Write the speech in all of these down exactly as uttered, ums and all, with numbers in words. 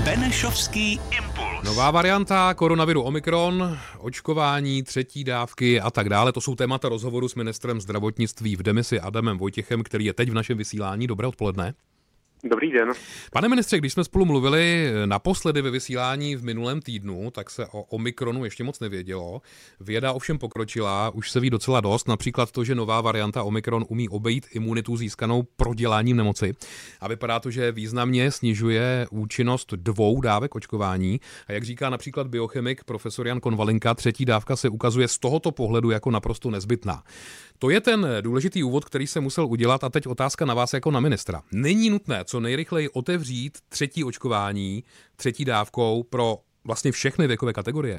Benešovský impuls. Nová varianta koronaviru Omikron, očkování, třetí dávky a tak dále. To jsou témata rozhovoru s ministrem zdravotnictví v demisi Adamem Vojtěchem, který je teď v našem vysílání. Dobré odpoledne. Dobrý den. Pane ministře, když jsme spolu mluvili naposledy ve vysílání v minulém týdnu, tak se o Omikronu ještě moc nevědělo. Věda ovšem pokročila, už se ví docela dost, například to, že nová varianta Omikron umí obejít imunitu získanou proděláním nemoci. A vypadá to, že významně snižuje účinnost dvou dávek očkování. A jak říká například biochemik profesor Jan Konvalinka, třetí dávka se ukazuje z tohoto pohledu jako naprosto nezbytná. To je ten důležitý úvod, který se musel udělat, a teď otázka na vás jako na ministra. Není nutné co nejrychleji otevřít třetí očkování třetí dávkou pro vlastně všechny věkové kategorie?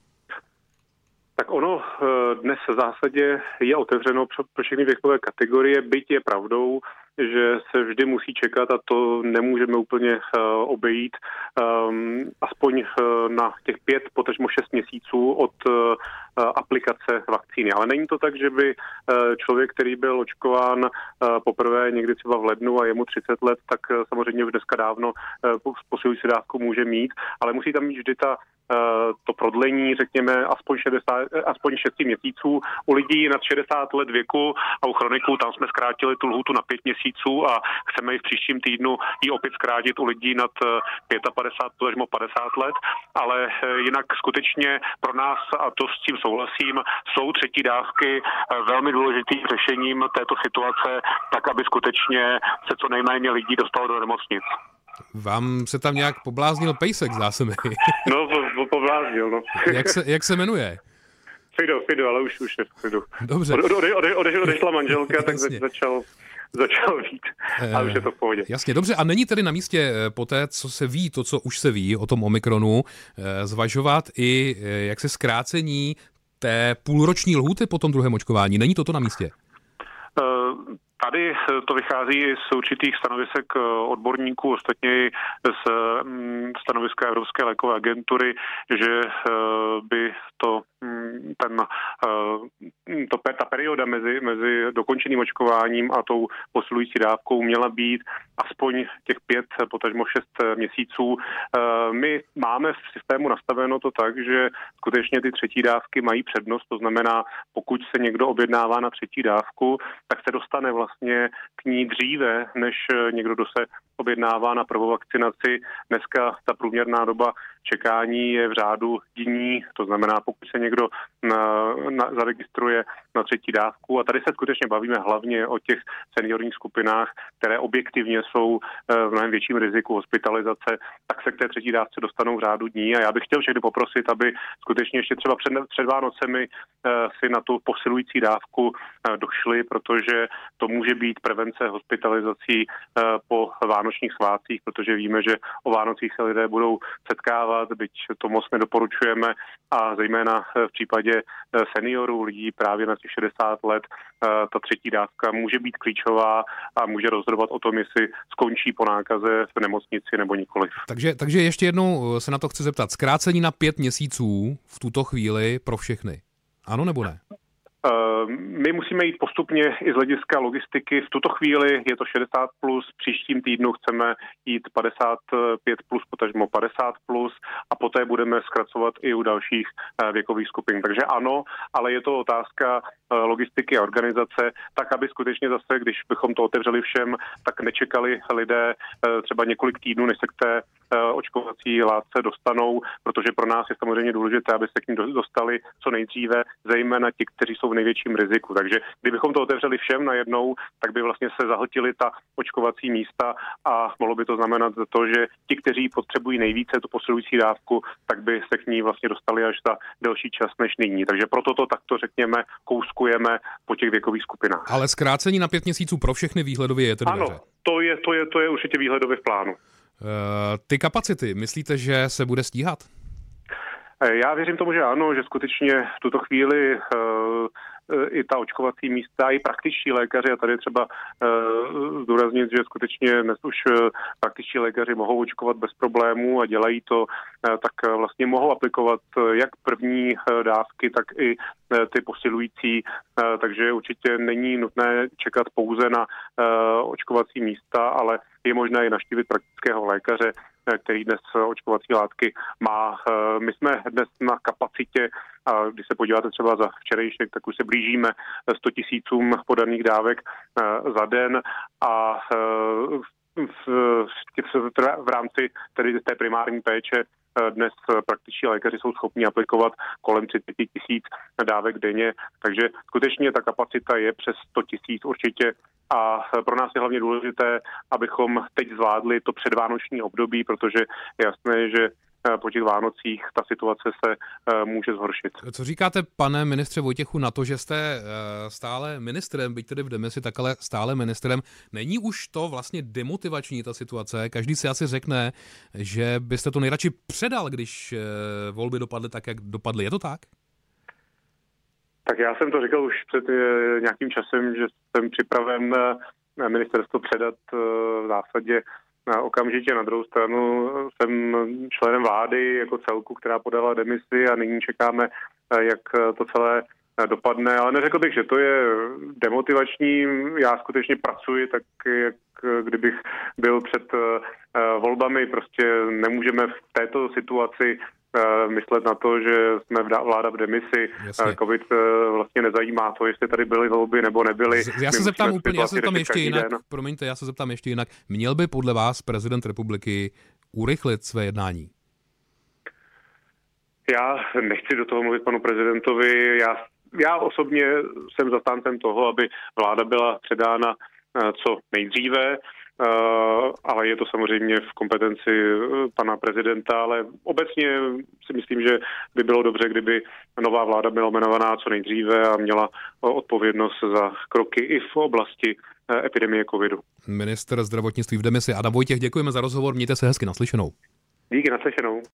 Tak ono dnes v zásadě je otevřeno pro všechny věkové kategorie, byť je pravdou, že se vždy musí čekat a to nemůžeme úplně uh, obejít, um, aspoň uh, na těch pět, potažmo šest měsíců od uh, aplikace vakcíny. Ale není to tak, že by uh, člověk, který byl očkován uh, poprvé někdy třeba v lednu a je mu třicet let, tak uh, samozřejmě už dneska dávno uh, posilující dávku může mít, ale musí tam mít vždy ta to prodlení, řekněme, aspoň, šedesát, aspoň šest měsíců. U lidí nad šedesát let věku a u chroniků tam jsme zkrátili tu lhůtu na pět měsíců a chceme i v příštím týdnu ji opět zkrátit u lidí nad padesát pět až padesát let, ale jinak skutečně pro nás, a to s tím souhlasím, jsou třetí dávky velmi důležitým řešením této situace, tak aby skutečně se co nejméně lidí dostalo do nemocnic. Vám se tam nějak pobláznil pejsek, zdá se mi. No, po, pobláznil, no. Jak se, jak se jmenuje? Fido, Fido, ale už, už je Fido. Dobře. Ode, ode, ode, ode, odešla manželka, tak začal, začal vít. A už je to v pohodě. Jasně, dobře. A není tedy na místě po té, co se ví, to, co už se ví o tom Omikronu, zvažovat i jak se zkrácení té půlroční lhůty po tom druhém očkování? Není toto na místě? Uh, Tady to vychází z určitých stanovisek odborníků, ostatně i z stanoviska Evropské lékové agentury, že by to, ten, to, ta perioda mezi, mezi dokončeným očkováním a tou posilující dávkou měla být aspoň těch pět, potažmo šest měsíců. My máme v systému nastaveno to tak, že skutečně ty třetí dávky mají přednost, to znamená, pokud se někdo objednává na třetí dávku, tak se dostane vlastně vlastně k ní dříve, než někdo, kdo se objednává na prvou vakcinaci. Dneska ta průměrná doba čekání je v řádu dní, to znamená, pokud se někdo na, na, zaregistruje na třetí dávku, a tady se skutečně bavíme hlavně o těch seniorních skupinách, které objektivně jsou v mnohem větším riziku hospitalizace, tak se k té třetí dávce dostanou v řádu dní. A já bych chtěl všechny poprosit, aby skutečně ještě třeba před, před Vánocemi si na tu posilující dávku došli, protože to může být prevence hospitalizací po vánočních svátcích, protože víme, že o Vánocích se lidé budou setkávat, byť to moc nedoporučujeme, a zejména v případě seniorů, lidí právě na těch šedesát let, ta třetí dávka může být klíčová a může rozhodovat o tom, jestli skončí po nákaze v nemocnici nebo nikoliv. Takže, takže ještě jednou se na to chci zeptat. Zkrácení na pět měsíců v tuto chvíli pro všechny. Ano nebo ne? My musíme jít postupně i z hlediska logistiky. V tuto chvíli je to šedesát plus, v příštím týdnu chceme jít padesát pět plus, potažmo padesát plus, a poté budeme zkracovat i u dalších věkových skupin. Takže ano, ale je to otázka logistiky a organizace, tak aby skutečně zase, když bychom to otevřeli všem, tak nečekali lidé třeba několik týdnů, než se k té očkovací látce dostanou, protože pro nás je samozřejmě důležité, aby se k ní dostali co nejdříve, zejména ti, kteří jsou v největším riziku. Takže kdybychom to otevřeli všem najednou, tak by vlastně se zahltily ta očkovací místa a mohlo by to znamenat to, že ti, kteří potřebují nejvíce tu posilující dávku, tak by se k ní vlastně dostali až za delší čas než nyní. Takže proto to takto, řekněme, kouskujeme po těch věkových skupinách. Ale zkrácení na pět měsíců pro všechny výhledově je tedy ano, dobře. to je, to je, to je určitě výhledově v plánu. Uh, ty kapacity, myslíte, že se bude stíhat? Já věřím tomu, že ano, že skutečně v tuto chvíli uh, i ta očkovací místa, i praktičtí lékaři, a tady třeba uh, zdůraznit, že skutečně dnes už praktičtí lékaři mohou očkovat bez problémů a dělají to, uh, tak vlastně mohou aplikovat jak první uh, dávky, tak i uh, ty posilující, uh, takže určitě není nutné čekat pouze na uh, očkovací místa, ale je možné i navštívit praktického lékaře, který dnes očkovací látky má. My jsme dnes na kapacitě, a když se podíváte třeba za včerejšek, tak už se blížíme sto tisícům podaných dávek za den a v, v, v rámci tedy té primární péče dnes praktičtí lékaři jsou schopni aplikovat kolem třicet tisíc dávek denně, takže skutečně ta kapacita je přes sto tisíc určitě a pro nás je hlavně důležité, abychom teď zvládli to předvánoční období, protože je jasné, že po těch Vánocích ta situace se může zhoršit. Co říkáte, pane ministře Vojtěchu, na to, že jste stále ministrem, byť tedy v demisi, tak ale stále ministrem? Není už to vlastně demotivační ta situace? Každý si asi řekne, že byste to nejradši předal, když volby dopadly tak, jak dopadly. Je to tak? Tak já jsem to říkal už před nějakým časem, že jsem připraven ministerstvo předat v zásadě okamžitě. Na druhou stranu jsem členem vlády jako celku, která podala demisi a nyní čekáme, jak to celé dopadne. Ale neřekl bych, že to je demotivační. Já skutečně pracuji tak, jak kdybych byl před volbami. Prostě nemůžeme v této situaci myslet na to, že jsme vláda v demisi. Jasně. Covid vlastně nezajímá to, jestli tady byly volby nebo nebyly. Já se zeptám úplně, já se zeptám ještě jinak. Den. Promiňte, já se zeptám ještě jinak. Měl by podle vás prezident republiky urychlit své jednání? Já nechci do toho mluvit panu prezidentovi. Já, já osobně jsem zastáncem toho, aby vláda byla předána co nejdříve. Uh, ale je to samozřejmě v kompetenci pana prezidenta, ale obecně si myslím, že by bylo dobře, kdyby nová vláda byla jmenovaná co nejdříve a měla odpovědnost za kroky i v oblasti epidemie covidu. Ministr zdravotnictví v demisi Adam Vojtěch, děkujeme za rozhovor, mějte se hezky, naslyšenou. Díky, naslyšenou.